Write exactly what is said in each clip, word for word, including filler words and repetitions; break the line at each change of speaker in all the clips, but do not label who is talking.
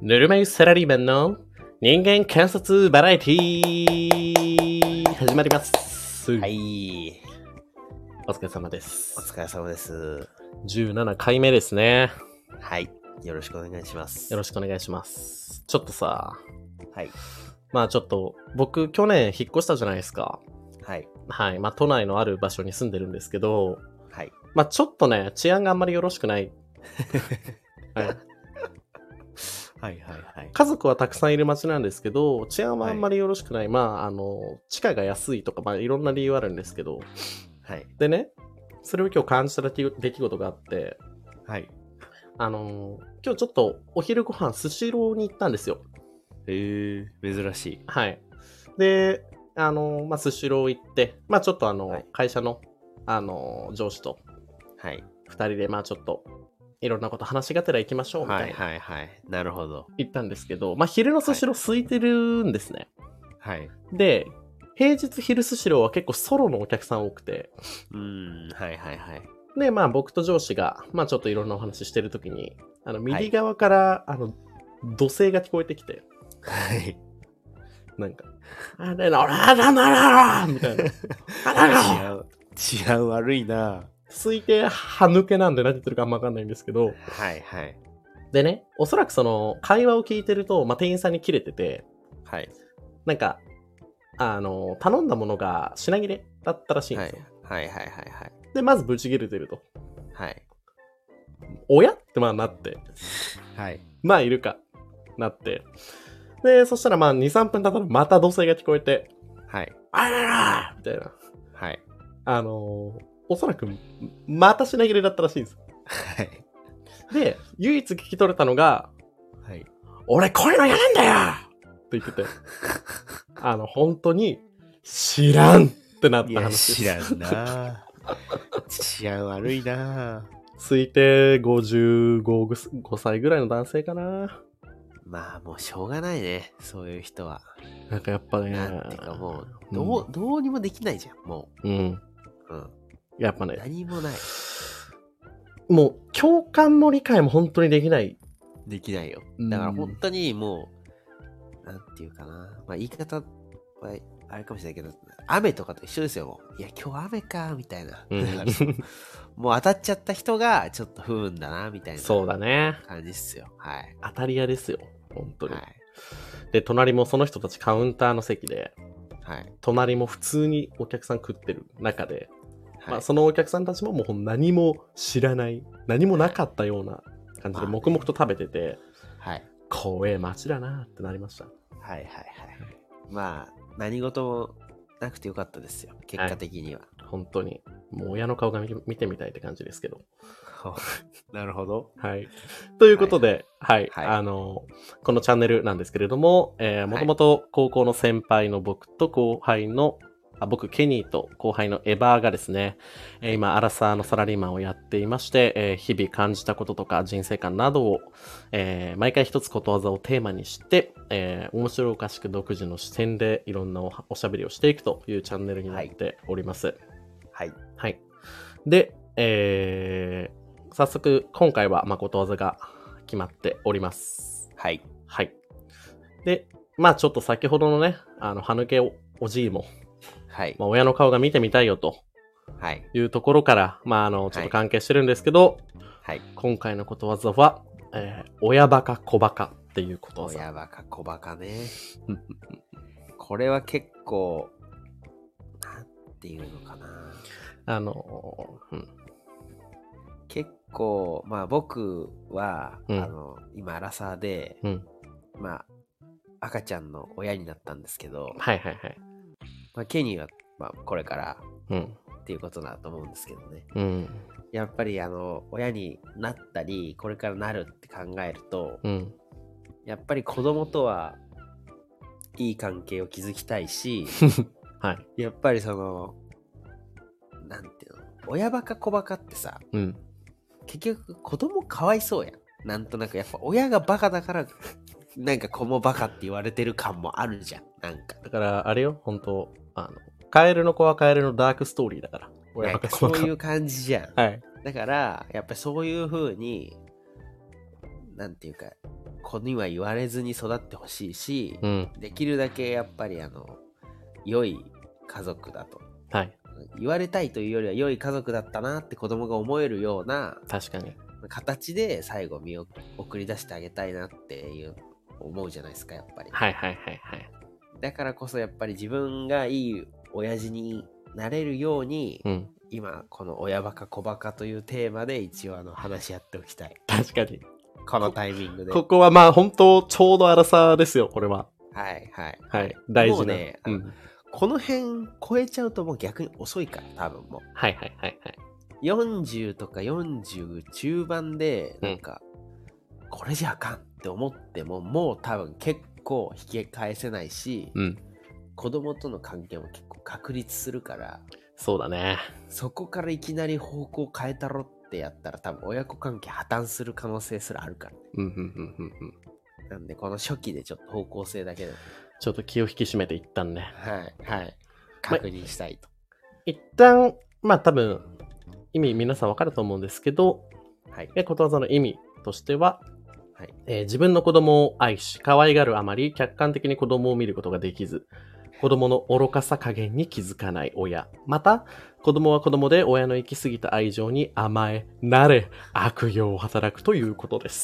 ぬるめいサラリーマンの人間観察バラエティー始まります。
はい。
お疲れ様です。
お疲れ様です。
じゅうななかいめですね。
はい。よろしくお願いします。
よろしくお願いします。ちょっとさ、
はい。
まあちょっと僕去年引っ越したじゃないですか。
はい。
はい。まあ都内のある場所に住んでるんですけど、
はい。
まあちょっとね、治安があんまりよろしくない。はい。
はいはいはい。
家族はたくさんいる街なんですけど、治安はあんまりよろしくない。はい、まあ、あの、地価が安いとか、まあいろんな理由あるんですけど、
はい。
でね、それを今日感じた出来事があって、
はい。
あの、今日ちょっとお昼ご飯スシローに行ったんですよ。
へえー、珍しい。
はい。で、あの、まあ、スシロー行って、まあちょっとあの、はい、会社の、あの、上司と、
はい。
二人で、まあちょっと、いろんなこと話しがてら行きましょうみたいな。
はいはいはい。なるほど。
行ったんですけど、まあ昼のスシロー空いてるんですね。
はい。
で、平日昼スシローは結構ソロのお客さん多くて。
うーん、はいはいはい。
で、まあ僕と上司が、まあちょっといろんなお話してるときに、あの、右側から、はい、あの、怒声が聞こえてきて。
はい。
なんか、あれの、あらららみたいな。あらら
治安、治安悪いな。
推定歯抜けなんで何言ってるかあんまわかんないんですけど。
はいはい。
でね、おそらくその、会話を聞いてると、まあ店員さんに切れてて。
はい。
なんか、あの、頼んだものが品切れだったらしいんですよ。
はい、はいはいはいはい。
で、まずブチ切れてると。
はい。
おやってまあなって。
はい。
まあいるか。なって。で、そしたらまあに、さんぷん経ったらまた怒声が聞こえて。
はい。
あららみたいな。
はい。
あのー、おそらく、また品切れだったらしいんです。
はい。
で、唯一聞き取れたのが、
はい。
俺こういうのやるんだよって言ってて。あの、本当に、知らんってなった話です。
いや、知らんな治安悪いな
推定ごじゅうごさいぐらいの男性かな。
まあもうしょうがないね、そういう人は。
なんかやっぱね、
なんていうかもう、どう、うん、どうにもできないじゃん、も
う。うん。
うん。
やっぱね。
何もない。
もう、共感も理解も本当にできない。
できないよ。だから本当にもう、なんていうかな。まあ言い方は、あれかもしれないけど、雨とかと一緒ですよ、もう。いや、今日雨か、みたいな。うん、もう当たっちゃった人が、ちょっと不運だな、みたいな。
そうだね。
感じっすよ。はい。
当たり屋ですよ。本当に。
はい。
で、隣もその人たちカウンターの席で、
はい。
隣も普通にお客さん食ってる中で、はい、まあそのお客さんたちももう何も知らない、何もなかったような感じで黙々と食べてて、
はい。
怖え街だなってなりました。
はいはいはい。まあ、何事もなくてよかったですよ。結果的には。
はい、本当に。もう親の顔が見てみたいって感じですけど。
なるほど。
はい。ということで、はい、はいはい、あの、このチャンネルなんですけれども、えー、もともと高校の先輩の僕と後輩の、あ僕、ケニーと後輩のエバーがですね、えー、今、アラサーのサラリーマンをやっていまして、えー、日々感じたこととか人生観などを、えー、毎回一つことわざをテーマにして、えー、面白おかしく独自の視点でいろんな お, おしゃべりをしていくというチャンネルになっております。
はい。
はい。で、えー、早速、今回は、まあ、ことわざが決まっております。
はい。
はい。で、まあ、ちょっと先ほどのね、あの、歯抜け お, おじいも、
はい。
まあ、親の顔が見てみたいよと、はい。いうところから、まあ、あの、ちょっと関係してるんですけど、はい。今回のことわざは、えー、親バカ子バカっていうことわざ。
親バカ子バカね。これは結構、なんていうのかな。
あの、うん。
結構、まあ僕は、うん、あの、今、アラサーで、うん、まあ、赤ちゃんの親になったんですけど、
はいはいはい。
まあ、ケニーは、まあ、これから、
うん、
っていうことだと思うんですけどね。
うん、
やっぱり、あの、親になったり、これからなるって考えると、うん、やっぱり子供とは、いい関係を築きたいし、はい。やっぱりその、なんていうの、親バカ子バカってさ、うん、結局子供かわいそうやん。なんとなくやっぱ親がバカだからなんか子もバカって言われてる感もあるじゃん。なんか
だからあれよ、本当あのカエルの子はカエルのダークストーリーだから。
親バカ子バカそういう感じじゃん。
はい。
だからやっぱりそういう風になんていうか子には言われずに育ってほしいし、
うん、
できるだけやっぱりあの良い家族だと、
はい、
言われたいというよりは良い家族だったなって子供が思えるような
確かに
形で最後見送り出してあげたいなっていう思うじゃないですか、やっぱり。
はいはいはいはい。
だからこそやっぱり自分がいい親父になれるように、うん、今この親バカ子バカというテーマで一応あの話し合っておきたい。
確かに
このタイミングで。
こ, ここはまあ本当ちょうど荒さですよ、これは。
はいはい
はい大事な。
ね、うん、この辺超えちゃうともう逆に遅いから多分もう。
はいはいはいはい。
よんじゅうとかよんじゅう中盤でなんか、うん、これじゃあかんって思ってももう多分結構引き返せないし、うん、子供との関係も結構確立するから。
そうだね。
そこからいきなり方向変えたろってやったら多分親子関係破綻する可能性すらあるから、ね。
うんうんうんうんうん。
なんでこの初期でちょっと方向性だけで
ちょっと気を引き締めていったんね。
はいはい確認したいと。
ま、一旦まあ多分意味皆さんわかると思うんですけど、
はい。
ことわざの意味としては、
はい、
えー、自分の子供を愛し可愛がるあまり客観的に子供を見ることができず。子供の愚かさ加減に気づかない親。また、子供は子供で親の行き過ぎた愛情に甘え、慣れ、悪行を働くということです。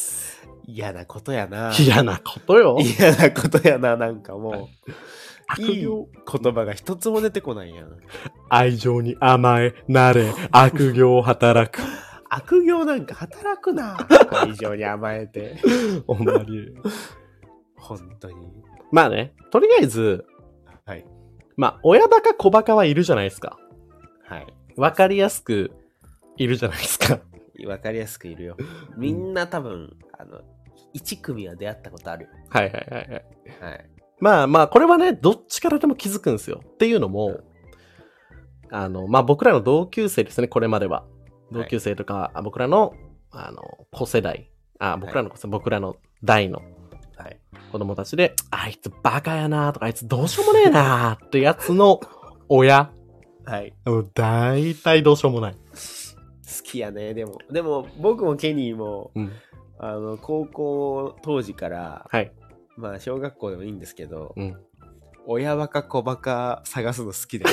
嫌なことやな。
嫌なことよ。
嫌なことやな、なんかもう。悪行いい言葉が一つも出てこないやん。
愛情に甘え、慣れ、悪行を働く。
悪行なんか働くな。愛情に甘えて。
ほんまに。
本当に。
まあね、とりあえず、
はい。
まあ、親バカ子バカはいるじゃないですか。
はい。
わかりやすくいるじゃないですか。
わかりやすくいるよ。みんな多分、あの、一組は出会ったことあるよ。
はいはいはいはい。
はい。
まあまあ、これはね、どっちからでも気づくんですよ。っていうのも、うん、あの、まあ僕らの同級生ですね、これまでは。同級生とか、はい、僕らの、あの、子世代。あ、僕らの子世代、はい、僕らの代の。はい、子供たちで、あいつバカやなとか、あいつどうしようもねえなってやつの親。はい。もう大体どうしようもない。好
きやね、でも。でも、僕もケニーも、うん、あの、高校当時から、はい。まあ、小学校でもいいんですけど、うん、親バカ子バカ探すの好きだよ。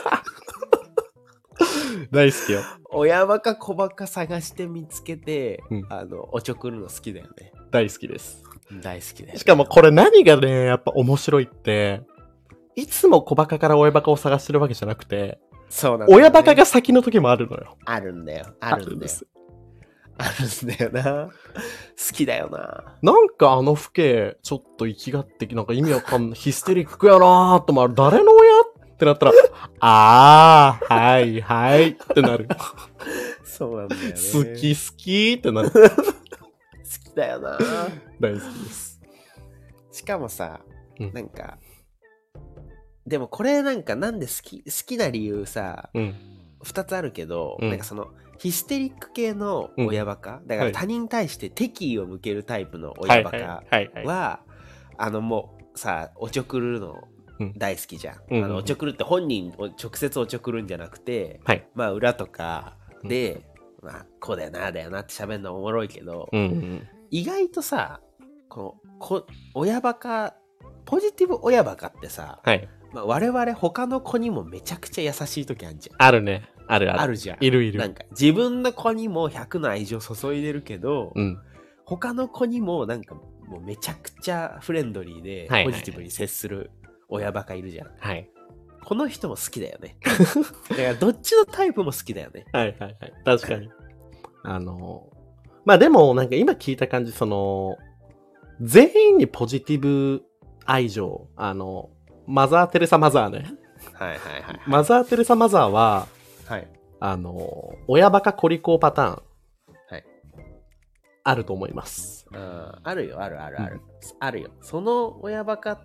大好きよ。
親バカ子バカ探して見つけて、うん、あの、おちょくるの好きだよね。
大好きです。
大好きだよ、ね。
しかもこれ何がね、やっぱ面白いって、いつも小バカから親バカを探してるわけじゃなくて、
そうなんだよね、
親バカが先の時もあるのよ。
あるんだよ。あるんだよ。あるんだよな。好きだよな。
なんかあの父兄、ちょっと生きがってき、なんか意味わかんない。ヒステリックやなーとも、誰の親ってなったら、あー、はいはいってなる。
そうなんだよね。
好き好きってなる。
好きだよな。
大好きです。
しかもさ、うん、なんか、でもこれなんかなんで好き、好きな理由さ、うん、ふたつあるけど、うん、なんかその、ヒステリック系の親バカ、うん、だから他人に対して敵意を向けるタイプの親バカは、あのもうさ、おちょくるの大好きじゃん。うん、あのおちょくるって本人を直接おちょくるんじゃなくて、はい、まあ裏とかで、うん、まあこうだよな、だよなって喋るのおもろいけど、うんうん、意外とさ、このこ親バカ、ポジティブ親バカってさ、はい、まあ、我々他の子にもめちゃくちゃ優しい時あるじゃん。
あるね。あるある。
あるじゃん。
いるいる。
なんか自分の子にもひゃくの愛情注いでるけど、うん、他の子にもなんかもうめちゃくちゃフレンドリーでポジティブに接する親バカいるじゃん。はい。この人も好きだよね。だからどっちのタイプも好きだよね。
はいはいはい。確かに。あの、まあでもなんか今聞いた感じ、その、全員にポジティブ愛情、あの、マザー・テレサ・マザーね。
はいはいはい、はい。
マザー・テレサ・マザーは、
はい。
あの、親バカコリコパターン。
はい。
あると思います。
うん、あるよ、あるあるある。うん、あるよ。その親バカって、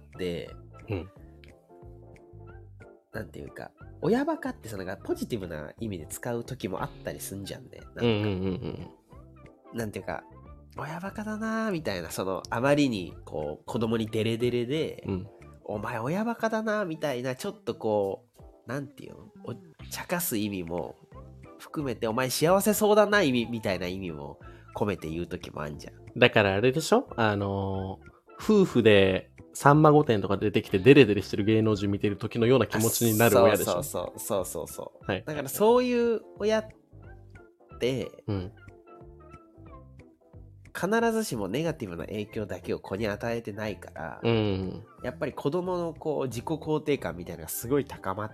うん。なんていうか、親バカってそのなんかポジティブな意味で使う時もあったりすんじゃんね。なんか、うんうんうんうん、なんていうか、親バカだなーみたいな、その、あまりに、こう、子供にデレデレで、うん、お前親バカだなーみたいな、ちょっとこう、なんていうの、お茶化す意味も含めて、お前幸せそうだな意味みたいな意味も込めて言う時もあんじゃん。
だからあれでしょ、あの夫婦でさんま御殿とか出てきてデレデレしてる芸能人見てる時のような気持ちになる親でしょ。
そうそうそうそうそう、
はい、
だからそういう親って、うん、必ずしもネガティブな影響だけを子に与えてないから、うん、やっぱり子供のこう自己肯定感みたいなのがすごい高まって、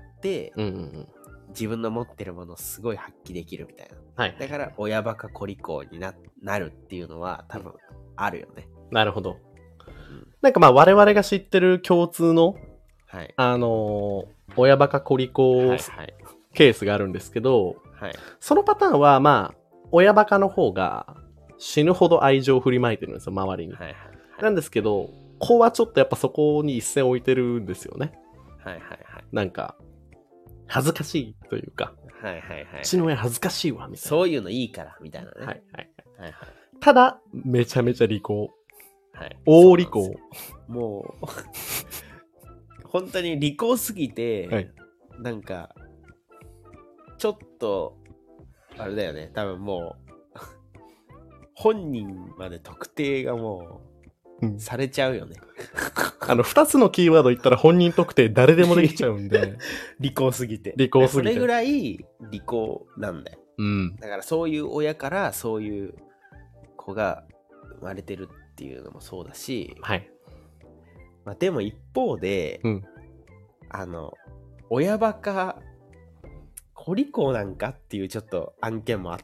うんうんうん、自分の持ってるものをすごい発揮できるみたいな、はい、だから親バカ子利口に な, なるっていうのは多分あるよね。
なるほど。なんかまあ我々が知ってる共通の、はい、あのー、親バカ子利口ケースがあるんですけど、はい、そのパターンはまあ親バカの方が死ぬほど愛情を振りまいてるんですよ、周りに。はいはいはい、なんですけど、子はちょっとやっぱそこに一線を置いてるんですよね。はいはいはい。なんか、恥ずかしいというか、はいはいはい、はい。うちの親恥ずかしいわ、みたいな。
そういうのいいから、みたいなね。はいはいはい。
はいはい、ただ、めちゃめちゃ利口。はい。大利口。
もう、本当に利口すぎて、はい、なんか、ちょっと、あれだよね、多分もう、本人まで特定がもう、うん、されちゃうよね。
あの、二つのキーワード言ったら本人特定誰でもできちゃうんで。
利口すぎて。
利口すぎて。
それぐらい利口なんだよ。うん。だからそういう親からそういう子が生まれてるっていうのもそうだし、はい。まあでも一方で、うん、あの、親バカ、子利口なんかっていうちょっと案件もあって、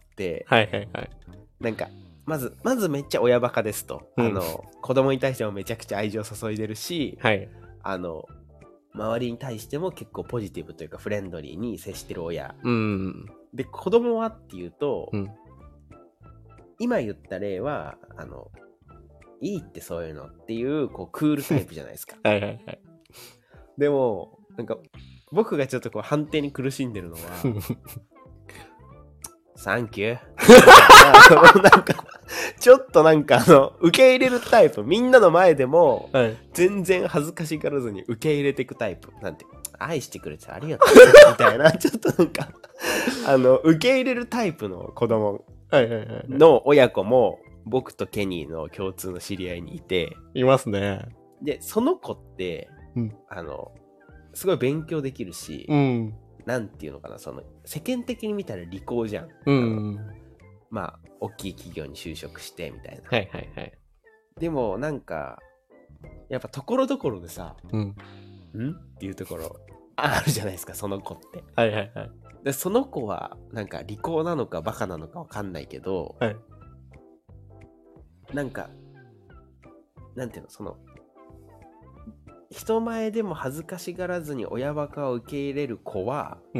はいはいはい。なんか、まず、まずめっちゃ親バカですと。うん、あの、子供に対してもめちゃくちゃ愛情を注いでるし、はい。あの、周りに対しても結構ポジティブというかフレンドリーに接してる親。うん。で、子供はっていうと、うん、今言った例は、あの、いいってそういうのっていう、こう、クールタイプじゃないですか。はいはいはい。でも、なんか、僕がちょっとこう判定に苦しんでるのは、サンキュー。なんか、ちょっとなんかあの、受け入れるタイプ。みんなの前でも、全然恥ずかしがらずに受け入れていくタイプ。なんて、愛してくれてありがとう。みたいな、ちょっとなんか、あの、受け入れるタイプの子供の親子も、僕とケニーの共通の知り合いにいて。
いますね。
で、その子って、うん、あの、すごい勉強できるし、うん、なんていうのかな、その世間的に見たら利口じゃん。うん、まあ大きい企業に就職してみたいな。はいはいはい。でもなんかやっぱところどころでさ、うん、んっていうところあるじゃないですか、その子って。はいはいはい。でその子はなんか利口なのかバカなのかわかんないけど、はい、なんかなんていうの、その人前でも恥ずかしがらずに親バカを受け入れる子は、うん、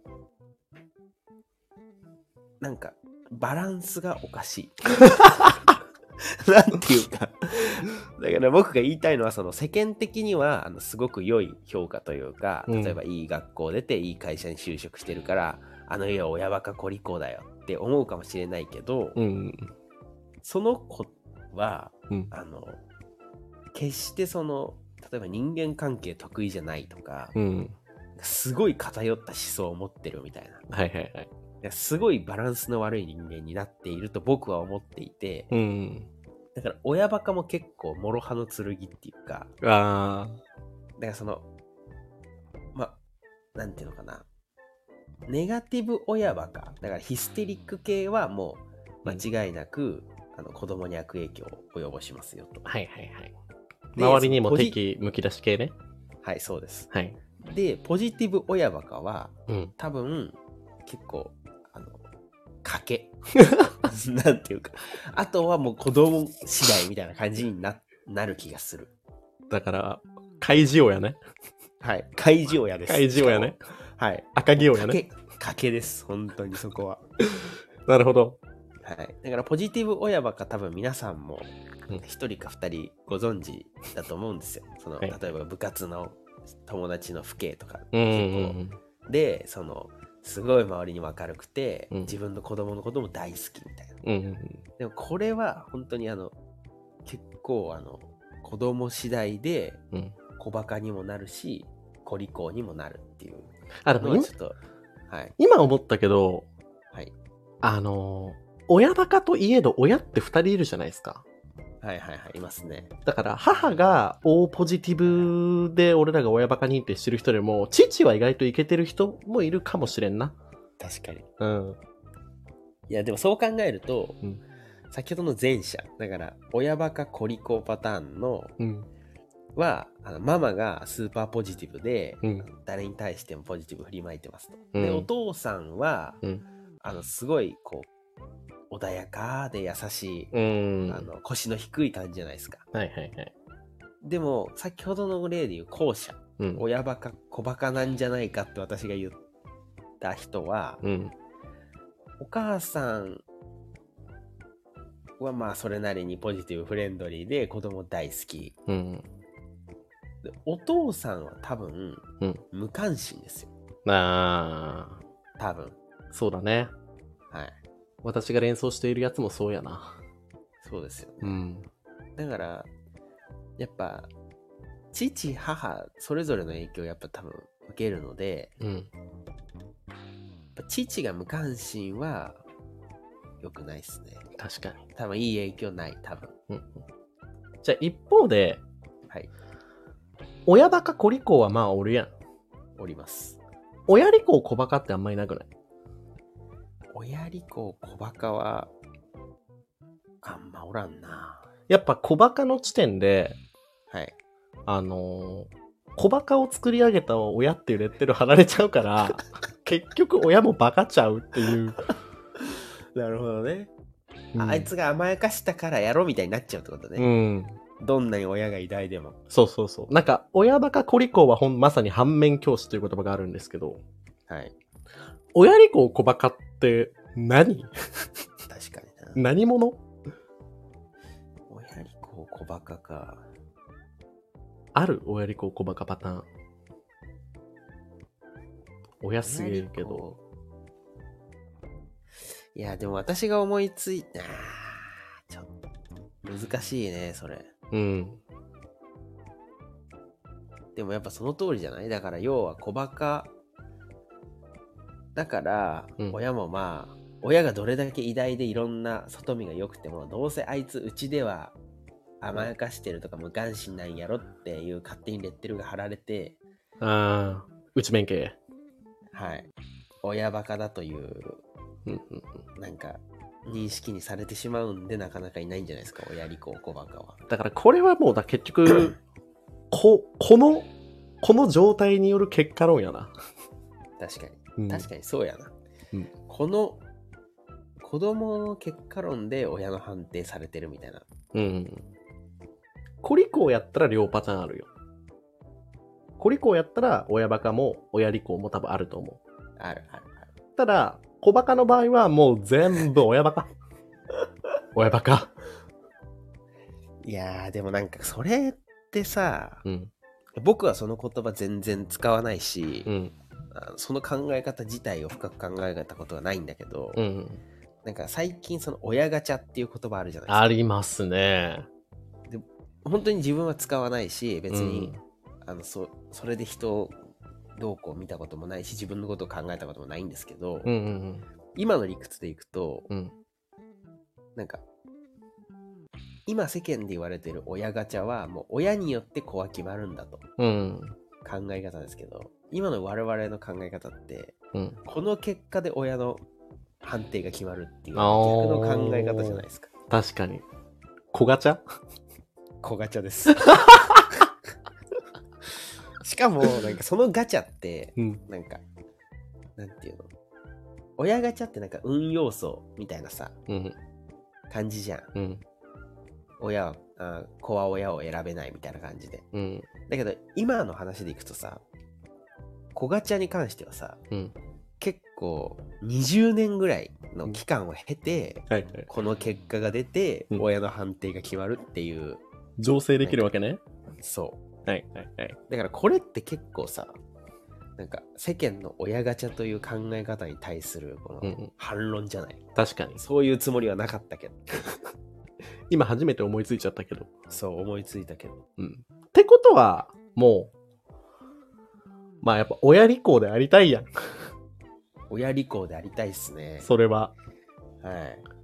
なんかバランスがおかしい。なんていうかだから僕が言いたいのは、その世間的にはあのすごく良い評価というか、例えばいい学校出ていい会社に就職してるから、うん、あの家は親バカ子利口だよって思うかもしれないけど、うん、その子は、うん、あの決してその例えば人間関係得意じゃないとか、うん、すごい偏った思想を持ってるみたいな、はいはいはい、すごいバランスの悪い人間になっていると僕は思っていて、うん、だから親バカも結構諸刃の剣っていうか、あだからそのまなんていうのかな、ネガティブ親バカだからヒステリック系はもう間違いなく、うん、あの子供に悪影響を及ぼしますよと。はいはいはい。
周りにも敵むき出し系ね。
はい、そうです。はい。で、ポジティブ親バカは、うん、多分、結構、あの、賭け。なんていうか。あとはもう子供次第みたいな感じに な, なる気がする。
だから、開示親ね。
はい。開示親です。
開示親ね。
はい。
赤木親ね。
賭けです。本当にそこは。
なるほど。
はい。だからポジティブ親バカ多分皆さんも一人か二人ご存知だと思うんですよ。その、はい、例えば部活の友達の父兄とか、うんうん、で、そのすごい周りに明るくて、うん、自分の子供のことも大好きみたいな。うんうん、でもこれは本当にあの結構あの子供次第で小バカにもなるし、子利口にもなるっていうのはちょっと、はい、
今思ったけど、はい、あのー親バカといえど親って二人いるじゃないですか。
はいはいはい、いますね。
だから母が O ポジティブで俺らが親バカ認定してる人でも、父は意外とイケてる人もいるかもしれんな。
確かに。
うん。
いやでもそう考えると、
うん、
先ほどの前者、だから親バカコリコパターンの、うん、はあのママがスーパーポジティブで、うん、誰に対してもポジティブ振りまいてますと。うん、でお父さんは、うん、あのすごいこう穏やかで優しい、うん、あの腰の低い感じじゃないですか。
はいはいはい。
でも先ほどの例でいう後者、うん、親バカ子バカなんじゃないかって私が言った人は、うん、お母さんはまあそれなりにポジティブフレンドリーで子供大好き、うん、でお父さんは多分、うん、無関心ですよ。
あ
あ多分
そうだね。
はい。
私が連想しているやつもそうやな。
そうですよね。
うん、
だからやっぱ父母それぞれの影響をやっぱ多分受けるので、うん、やっぱ父が無関心は良くないですね。
確かに。
多分いい影響ない多分。うん、
じゃあ一方で、はい、親バカ子利口はまあおるやん。
おります。
親利口子バカってあんまりなくない？
親利口子バカはあんまおらんな。
やっぱ子バカの地点で、
はい。
あのー、子バカを作り上げた親っていうレッテル貼られちゃうから、結局親もバカちゃうっていう。
なるほどね、うんあ。あいつが甘やかしたからやろうみたいになっちゃうってことね。
うん。
どんなに親が偉大でも。
そうそうそう。なんか、親バカ子利口はほんまさに反面教師という言葉があるんですけど、
はい。
親利口子バカって何？
確かにな。
何者？
親利口子バカか。
ある？親利口子バカパターン。親すげえけど。
いや、でも私が思いついた、ちょっと難しいね、それ。うん。でもやっぱその通りじゃない？だから要は小バカだから、うん、親もまあ、親がどれだけ偉大でいろんな外見が良くても、どうせあいつうちでは甘やかしてるとか無関心なんやろっていう勝手にレッテルが貼られて、
ああ、内面系。
はい。親バカだという、なんか、認識にされてしまうんで、なかなかいないんじゃないですか、親利口子バカは。
だからこれはもうだ、結局、こ、この、この状態による結果論やな。
確かに。うん、確かにそうやな。うん、この、子供の結果論で親の判定されてるみたいな。うん。
コリコをやったら両パターンあるよ。コリコをやったら親バカも親利口も多分あると思う。
あるあるある。
ただ、子バカの場合はもう全部親バカ。親バカ。
いやー、でもなんかそれってさ、うん、僕はその言葉全然使わないし、うん、あのその考え方自体を深く考えたことはないんだけど、うん、なんか最近その親ガチャっていう言葉あるじゃないですか。
ありますね。
で本当に自分は使わないし、別に、うん、あの そ, それで人をどうこう見たこともないし、自分のことを考えたこともないんですけど、うんうんうん、今の理屈でいくと、うん、なんか今世間で言われてる親ガチャはもう親によって子は決まるんだと、うん、考え方ですけど、今の我々の考え方って、うん、この結果で親の判定が決まるっていう逆の考え方じゃないですか。
確かに。子ガチャ？
子ガチャです。しかもなんかそのガチャって、うん、なんかなんていうの、親ガチャってなんか運要素みたいなさ、うん、感じじゃん。うん、親はあ子は親を選べないみたいな感じで、うん、だけど今の話でいくとさ、子ガチャに関してはさ、うん、結構にじゅうねんぐらいの期間を経て、うんはいはい、この結果が出て、うん、親の判定が決まるっていう
醸成できるわけね。
そう
はいはいはい。
だからこれって結構さ、なんか世間の親ガチャという考え方に対するこの反論じゃない、
うん、確かに
そういうつもりはなかったけど
今初めて思いついちゃったけど。
そう思いついたけど、
うん、ってことはもうまあやっぱ親利口でありたいやん。
親利口でありたいっすね。
それは
はい。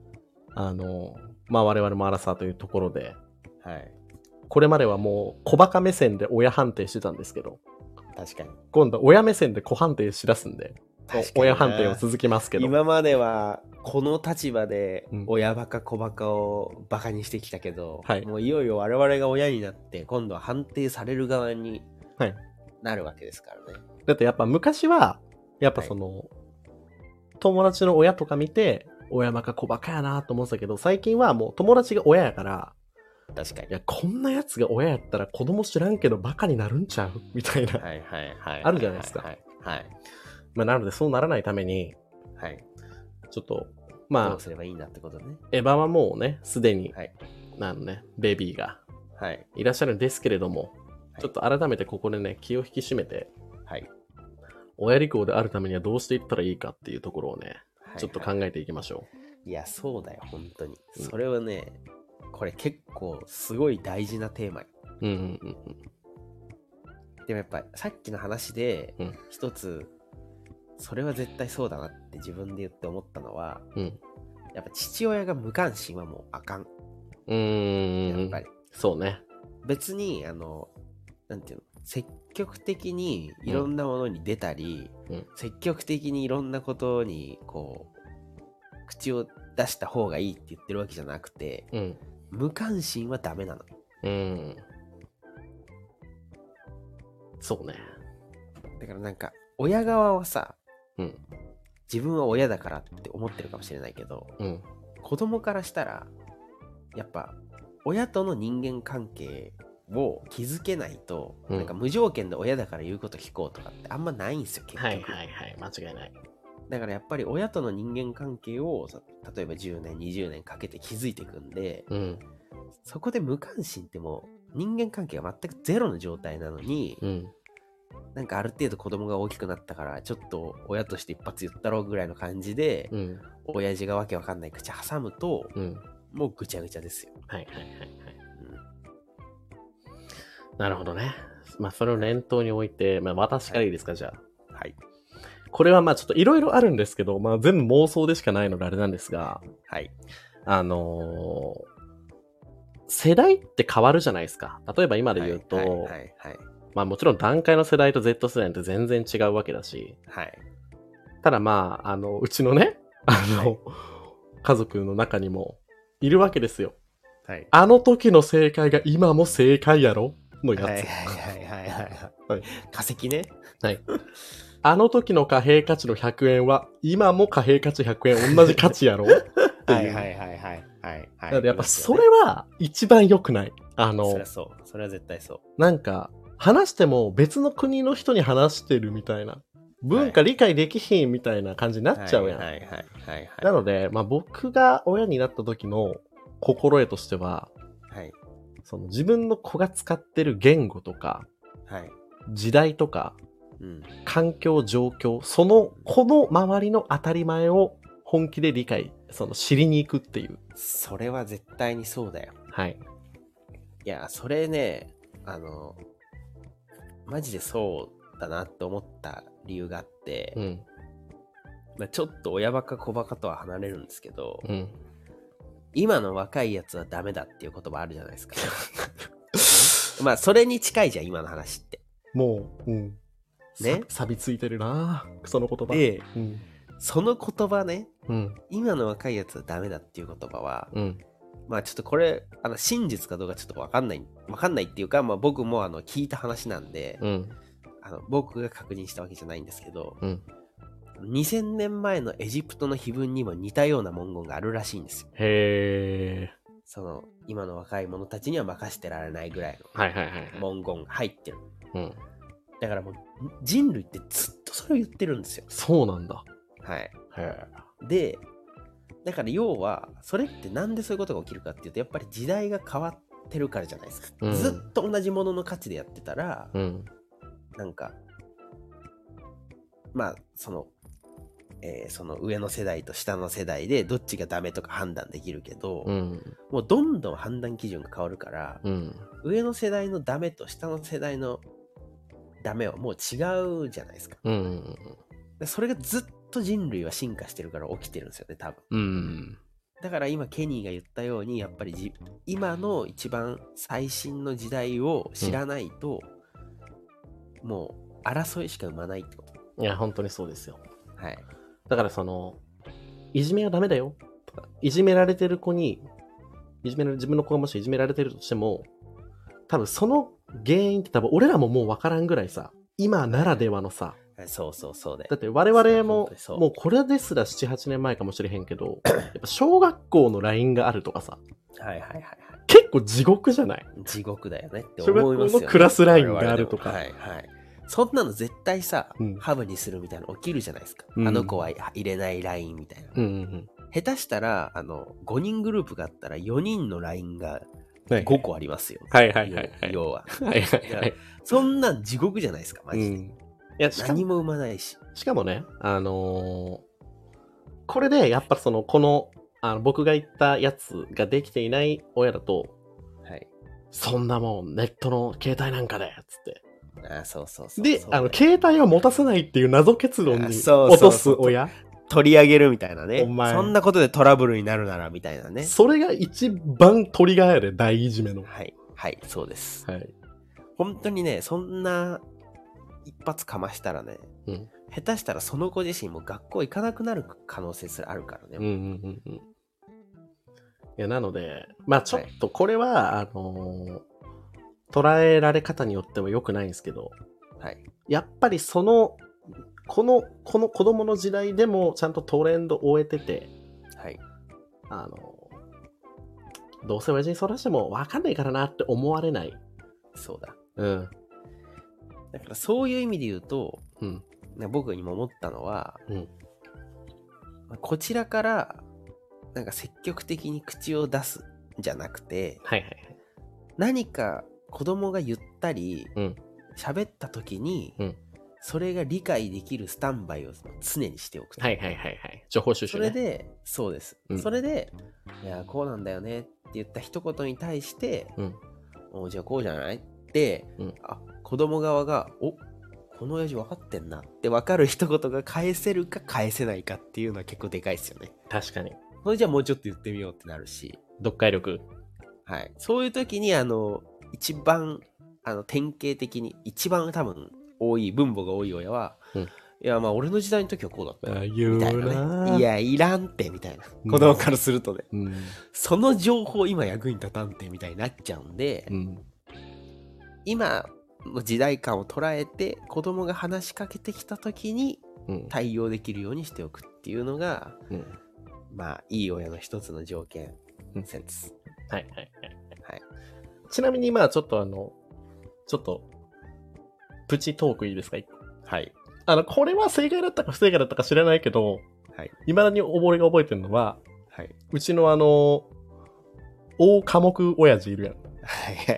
あの、まあ我々もアラサーというところで、
はい。
これまではもう小バカ目線で親判定してたんですけど、
確かに。
今度は親目線で子判定しだすんで、親判定を続きますけど。
今まではこの立場で親バカ子バカをバカにしてきたけど、うん、もういよいよ我々が親になって今度は判定される側になるわけですからね。はい、
だってやっぱ昔はやっぱその、はい、友達の親とか見て親バカ子バカやなと思ってたけど、最近はもう友達が親やから、
確かに。
いや、こんなやつが親やったら子供知らんけどバカになるんちゃうみたいな。
はいはいはい。
あるじゃないですか。
はい。はい。
まあ、なのでそうならないために、
はい。
ちょっと、まあ、
どうすればいいんだってことね。
エヴァはもうね、すでに、
はい。
あのね、ベビーが、
はい。
いらっしゃるんですけれども、
はい、
ちょっと改めてここでね、気を引き締めて、
はい。
親利口であるためにはどうしていったらいいかっていうところをね、はいはい、ちょっと考えていきましょ
う。いや、そうだよ、本当に。うん、それはね、これ結構すごい大事なテーマよ。
うんうんうんうん。
でもやっぱさっきの話で一つ、それは絶対そうだなって自分で言って思ったのは、うん、やっぱ父親が無関心はもうあかん。
うーん。やっぱり。そうね。
別に、あの、なんていうの、積極的にいろんなものに出たり、うん、積極的にいろんなことに、こう、口を出した方がいいって言ってるわけじゃなくて、うん、無関心はダメなの。
うん。そうね。
だからなんか、親側はさ、
うん、
自分は親だからって思ってるかもしれないけど、うん、子供からしたらやっぱ親との人間関係を築けないと、うん、なんか無条件で親だから言うこと聞こうとかってあんまないんですよ、結局。
はいはいはい、間違いない。
だからやっぱり親との人間関係を例えばじゅうねんにじゅうねんかけて築いていくんで、うん、そこで無関心ってもう人間関係が全くゼロの状態なのに、うん、なんかある程度子供が大きくなったからちょっと親として一発言ったろうぐらいの感じで、うん、親父がわけわかんない口挟むと、うん、もうぐちゃぐちゃですよ。
はいはいはいはい、うん、なるほどね。まあそれを念頭に置いて、まあ私からいいですか、はい、じゃあ。
はい。
これはまあちょっといろいろあるんですけど、まあ全部妄想でしかないのであれなんですが、
はい。
あのー、世代って変わるじゃないですか。例えば今で言うと、はいはいはいはい、まあもちろん段階の世代と Z 世代って全然違うわけだし、
はい。
ただまあ、あの、うちのね、あの、はい、家族の中にもいるわけですよ。
はい。
あの時の正解が今も正解やろのやつ。はい
はいはいはいはい。はい、化石ね。
はい。あの時の貨幣価値のひゃくえんは今も貨幣価値ひゃくえん同じ価値やろっていう。
はいはいはいはいはいはい。
だからやっぱそれは一番良くない。あの、
そりゃそう。それは絶対そう。
なんか、話しても別の国の人に話してるみたいな。文化理解できひんみたいな感じになっちゃうやん。
はいはいはいはい、はい。
なので、まあ僕が親になった時の心得としては、
はい。
その自分の子が使ってる言語とか、
はい。
時代とか、
うん、
環境、状況、その子の周りの当たり前を本気で理解、その知りに行くっていう。
それは絶対にそうだよ。
はい。
いや、それね、あの、マジでそうだなって思った理由があって、うん、まあ、ちょっと親バカ子バカとは離れるんですけど、うん、今の若いやつはダメだっていう言葉あるじゃないですか。まあ、それに近いじゃん、今の話って。
もう、うん。ね。錆びついてるなその言葉。
で、うん、その言葉ね、うん、今の若いやつはダメだっていう言葉は、うん、まあちょっとこれ、あの真実かどうかちょっとわかんない、わかんないっていうか、まあ僕もあの聞いた話なんで、うん、あの僕が確認したわけじゃないんですけど、うん、にせんねんまえのエジプトの碑文にも似たような文言があるらしいんですよ。
へー。
その、今の若い者たちには任せてられないぐらいの文言が入ってる。はいはいはいはい、うん、だからもう人類ってずっとそれを言ってるんですよ。
そうなんだ。
はい。へー。で、だから要はそれってなんでそういうことが起きるかっていうと、やっぱり時代が変わってるからじゃないですか、うん、ずっと同じものの価値でやってたら、うん、なんかまあその、えー、その上の世代と下の世代でどっちがダメとか判断できるけど、うん、もうどんどん判断基準が変わるから、うん、上の世代のダメと下の世代のダメはもう違うじゃないですか、うん、それがずっと人類は進化してるから起きてるんですよね、多分。
うん、
だから今ケニーが言ったようにやっぱりじ今の一番最新の時代を知らないと、うん、もう争いしか生まないってこと。
いや本当にそうですよ。
はい。
だからそのいじめはダメだよとか、いじめられてる子にいじめられ自分の子がもしいじめられてるとしても、多分その原因って多分俺らももう分からんぐらいさ、今ならではのさ、
そうそうそうだよ。
だって我々ももうこれですらななはちねんまえかもしれへんけどやっぱ小学校の ライン があるとかさ、
はいはいはい、はい、
結構地獄じゃない？
地獄だよねって思いますよね。
小学校のクラス ライン があるとか、
はいはい、そんなの絶対さ、うん、ハブにするみたいなの起きるじゃないですか、うん、あの子は入れない ライン みたいな、うんうんうん、下手したらあのごにんグループがあったらよにんの ライン がごこありますよ、
はいはいはいはい、
要は、
はいはいはい、
そんなん地獄じゃないですかマジで、うん、い
や
何も生まないし、
しかもね、あのー、これでやっぱそのこのあの僕が言ったやつができていない親だと、はい、そんなもんネットの携帯なんかでっつって、
あ、そうそうそう、
で、あの携帯を持たせないっていう謎結論に落とす親、
取り上げるみたいなね。そんなことでトラブルになるならみたいなね。
それが一番トリガーやで、大いじめの。
はいはいそうです。
はい。
本当にね、そんな一発かましたらね、うん、下手したらその子自身も学校行かなくなる可能性すらあるからね。
うんうんうんうん。いやなので、まあちょっとこれは、はい、あのー、捉えられ方によっても良くないんですけど、はい、やっぱりそのこのこの子供の時代でもちゃんとトレンドを終えてて、はい、あのどうせ親父にそらしても分かんないからなって思われない。
そうだ。
うん。
だからそういう意味で言うと、うん、僕にも思ったのは、うん、こちらからなんか積極的に口を出すんじゃなくて、はいはいはい、何か子供が言ったり喋、うん、った時に、うん、それが理解できるスタンバイを常にしておくと。
はいはいはいはい。情報収集ね。
それで、そうです。うん、それで、いや、こうなんだよねって言った一言に対して、うん、おじゃあこうじゃないって、うん、あ、子供側が、お、この親父分かってんなって分かる一言が返せるか返せないかっていうのは結構でかいですよね。
確かに。
それじゃあもうちょっと言ってみようってなるし。
読解力。
はい。そういう時に、あの、一番、あの、典型的に、一番多分、多い分母が多い親は、うん、いやまあ俺の時代の時はこうだったみたいなね、いやいらんってみたいな、子供からするとね、うん、その情報今役に立たんってみたいになっちゃうんで、うん、今の時代感を捉えて子供が話しかけてきた時に対応できるようにしておくっていうのが、うん、まあいい親の一つの条件説、
うん、はいはいはい、はい、ちなみにまあちょっとあのちょっとプチトークいいですか？はい。あの、これは正解だったか不正解だったか知らないけど、はい。未だに俺が覚えてるのは、はい。うちのあの、大科目親父いるやん。はいはいはい。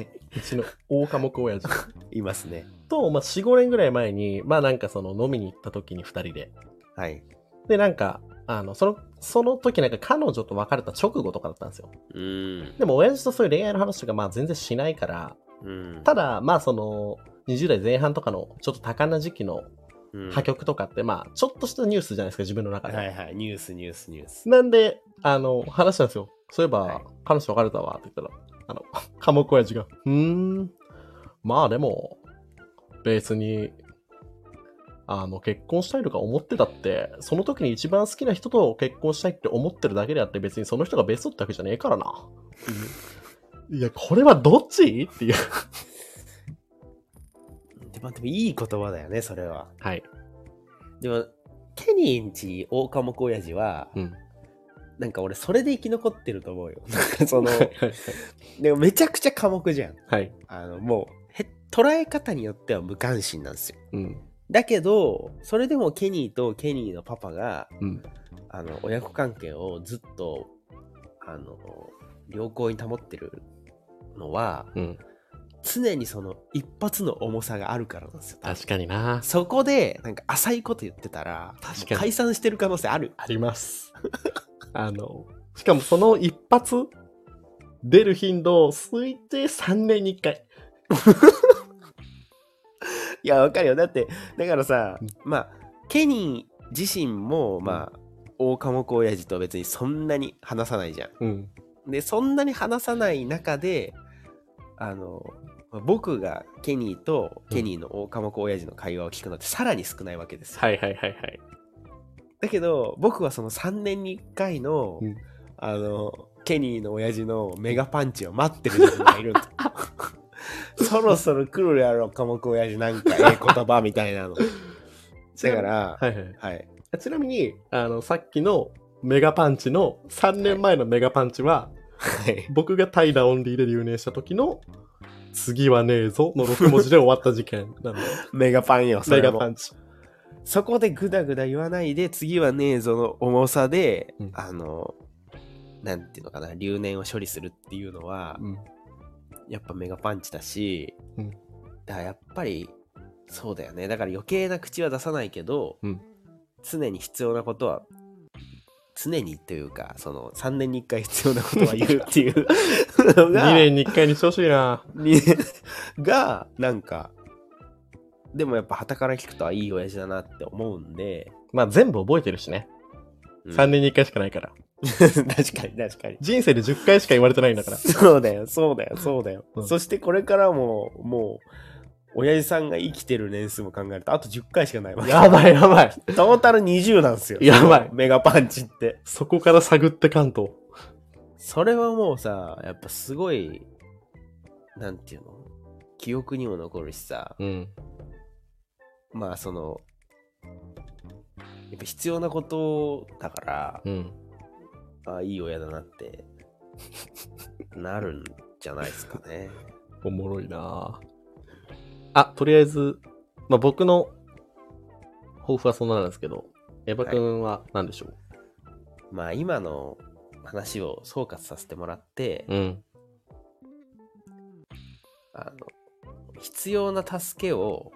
うちの大科目親父。
いますね。
と、まあ、よん、ごねんぐらい前に、まあなんかその飲みに行った時に二人で。はい。で、なんか、あの、その、その時なんか彼女と別れた直後とかだったんですよ。うん。でも親父とそういう恋愛の話とかまあ全然しないから、うん。ただ、まあその、にじゅう代前半とかのちょっと多感な時期の破局とかって、うん、まあちょっとしたニュースじゃないですか、自分の中で。
はいはい、ニュースニュースニュース。
なんで、あの、話したんですよ。そういえば、はい、彼女別れたわって言ったら、あの、科目親父が、うーん、まあでも、別に、あの、結婚したいとか思ってたって、その時に一番好きな人と結婚したいって思ってるだけであって、別にその人がベストってわけじゃねえからな。いや、これはどっちっていう。
でも、でもいい言葉だよね、それは。
はい。
でも、ケニーんち大科目親父は、うん、なんか俺それで生き残ってると思うよ。その、でもめちゃくちゃ科目じゃん。はい。あの、もう、へ捉え方によっては無関心なんですよ。うん。だけど、それでもケニーとケニーのパパが、うん、あの、親子関係をずっと、あの、良好に保ってるのは、うん、常にその一発の重さがあるからなんですよ。
確かにな。
そこでなんか浅いこと言ってたら確かに解散してる可能性ある。
ありますあのしかもその一発出る頻度推定さんねんにいっかい
いやわかるよ。だってだからさ、うん、まあケニー自身もまあ、 大寡黙親父と別にそんなに話さないじゃん。うん、でそんなに話さない中であの僕がケニーとケニーの大寡黙親父の会話を聞くのってさらに少ないわけですよ。
はいはいはいはい。
だけど僕はそのさんねんにいっかいの、うん、あのケニーの親父のメガパンチを待ってる人がいるんだそろそろ来るやろ寡黙親父なんかええ言葉みたいなのだから、
はいはいはい、ちなみにあのさっきのメガパンチのさんねんまえのメガパンチは、はい、僕がタイダオンリーで留年した時の次はねえぞのろくもじで終わった事件なの
メガパンよ。
メガパンチ。
そこでグダグダ言わないで次はねえぞの重さで、うん、あのなんていうのかな留年を処理するっていうのは、うん、やっぱメガパンチだし、うん、だからやっぱりそうだよね。だから余計な口は出さないけど、うん、常に必要なことは常にというかそのさんねんにいっかい必要なことは言うっていうのが
にねんにいっかいにしてほしいな
がなんかでもやっぱ傍から聞くといい親父だなって思うんで、
まあ全部覚えてるしね、うん、さんねんにいっかいしかないから
確かに確かに
人生でじゅっかいしか言われてないんだから
そうだよそうだよそうだよ、うん、そしてこれからももう親父さんが生きてる年数も考えるとあとじゅっかいしかないわけ。
やばいやばい。
トータルにじゅうなんですよ。
やばい。
メガパンチって。
そこから探ってかんと。
それはもうさ、やっぱすごい、なんていうの記憶にも残るしさ。うん。まあその、やっぱ必要なことだから、うん。ああ、いい親だなって、なるんじゃないですかね。
おもろいなぁ。あ、とりあえず、まあ、僕の抱負はそんななんですけど、エヴァ君は何でしょう、はい、
まあ今の話を総括させてもらって、うん、あの必要な助けを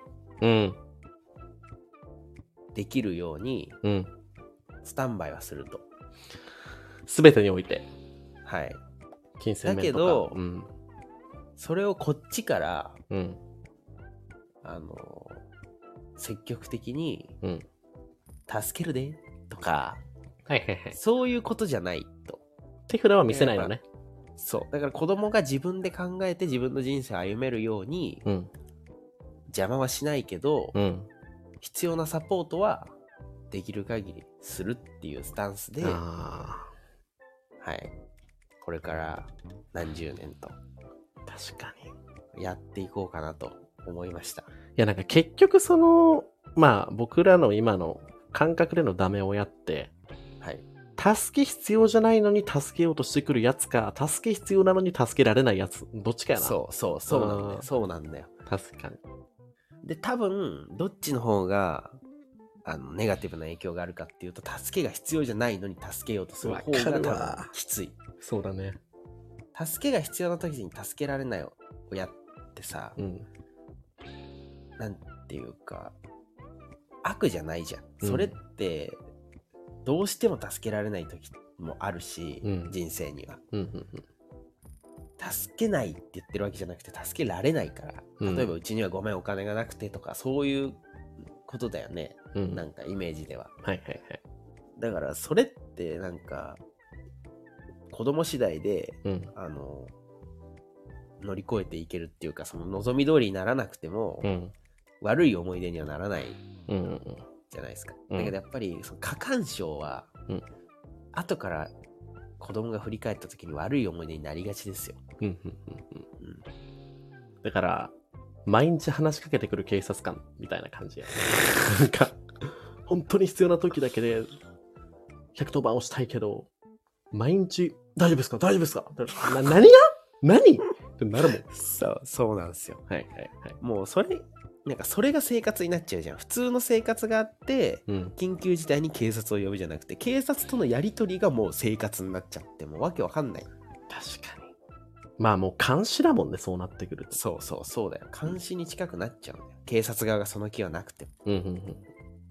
できるように、うん、スタンバイはすると。
すべてにおいて。
はい。
金銭面とか。
だけど、うん、それをこっちから、うんあの積極的に、うん、助けるでとか、
はいはいはい、
そういうことじゃないと。
手札は見せないのね。
そう。だから子供が自分で考えて自分の人生を歩めるように、うん、邪魔はしないけど、うん、必要なサポートはできる限りするっていうスタンスで、はい。これから何十年と
確か
にやっていこうかなと。思いました。い
やなんか結局そのまあ僕らの今の感覚でのダメ親って、はい、助け必要じゃないのに助けようとしてくるやつか、助け必要なのに助けられないやつ、どっちかやな。
そうそうそうなんだよ。そうなんだよ。
確かに。
で多分どっちの方があのネガティブな影響があるかっていうと、助けが必要じゃないのに助けようとする方が多分きつい。
そうだね。
助けが必要な時に助けられない親ってさ、うん、なんていうか悪じゃないじゃん、うん、それってどうしても助けられない時もあるし、うん、人生には、うんうんうん、助けないって言ってるわけじゃなくて助けられないから、例えばうちにはごめんお金がなくてとかそういうことだよね、うん、なんかイメージでは、はいはいはい、だからそれってなんか子供次第で、うん、あの乗り越えていけるっていうか、その望み通りにならなくても、うん、悪い思い出にはならないじゃないですか、うん、だけどやっぱりその過干渉は、うん、後から子供が振り返った時に悪い思い出になりがちですよ、うんうんうん
うん、だから毎日話しかけてくる警察官みたいな感じやなんか本当に必要な時だけでひゃくとおばんをしたいけど毎日大丈夫ですか大丈夫ですかな何が何ってなるもん。
そうそうなんですよ。
はいはいはい。
もうそれなんかそれが生活になっちゃうじゃん。普通の生活があって、うん、緊急事態に警察を呼ぶじゃなくて、警察とのやり取りがもう生活になっちゃって、もうわけわかんない。
確かに。まあもう監視だもんね、そうなってくると。
そうそうそうだよ。監視に近くなっちゃうんだよ。警察側がその気はなくても。うんうんうん。うん、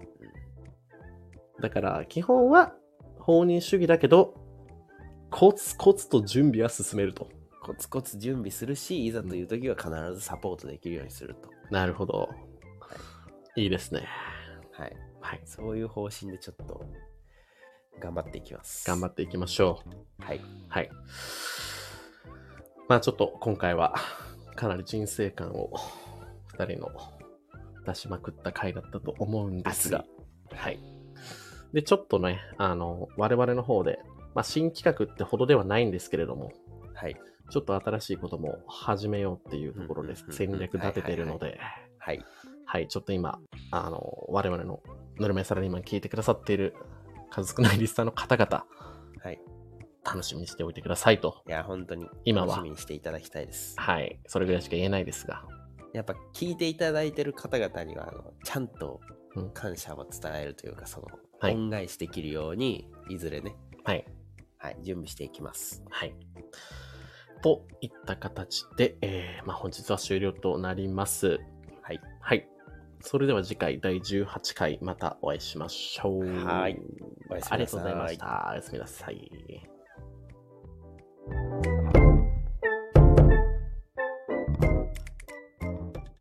だから基本は放任主義だけど、コツコツと準備は進めると。
コツコツ準備するし、いざという時は必ずサポートできるようにすると。
なるほど。はい、いいですね。
はい。はい。そういう方針でちょっと頑張っていきます。
頑張っていきましょ
う。はい。
はい。まあちょっと今回はかなり人生観をふたりの出しまくった回だったと思うんですが、はい。で、ちょっとね、あの、我々の方で、まあ新企画ってほどではないんですけれども、
はい。
ちょっと新しいことも始めようっていうところで戦略立ててるので、
はい。
はい、ちょっと今、あの、我々のぬるめサラリーマン聞いてくださっている数少ないリスナーの方々、
はい。
楽しみにしておいてくださいと。
いや、本当に
今は
楽しみにしていただきたいです。
はい。それぐらいしか言えないですが。
やっぱ聞いていただいてる方々には、あのちゃんと感謝を伝えるというか、うん、その、恩返しできるように、いずれね、
はい。
はい、準備していきます。
はい。といった形で、えー、まあ本日は終了となります。
はい。
はい。それでは次回だいじゅうはちかいまたお会いしましょう。
はい。おやすみなさい。
ありがとうございました。おやすみなさい。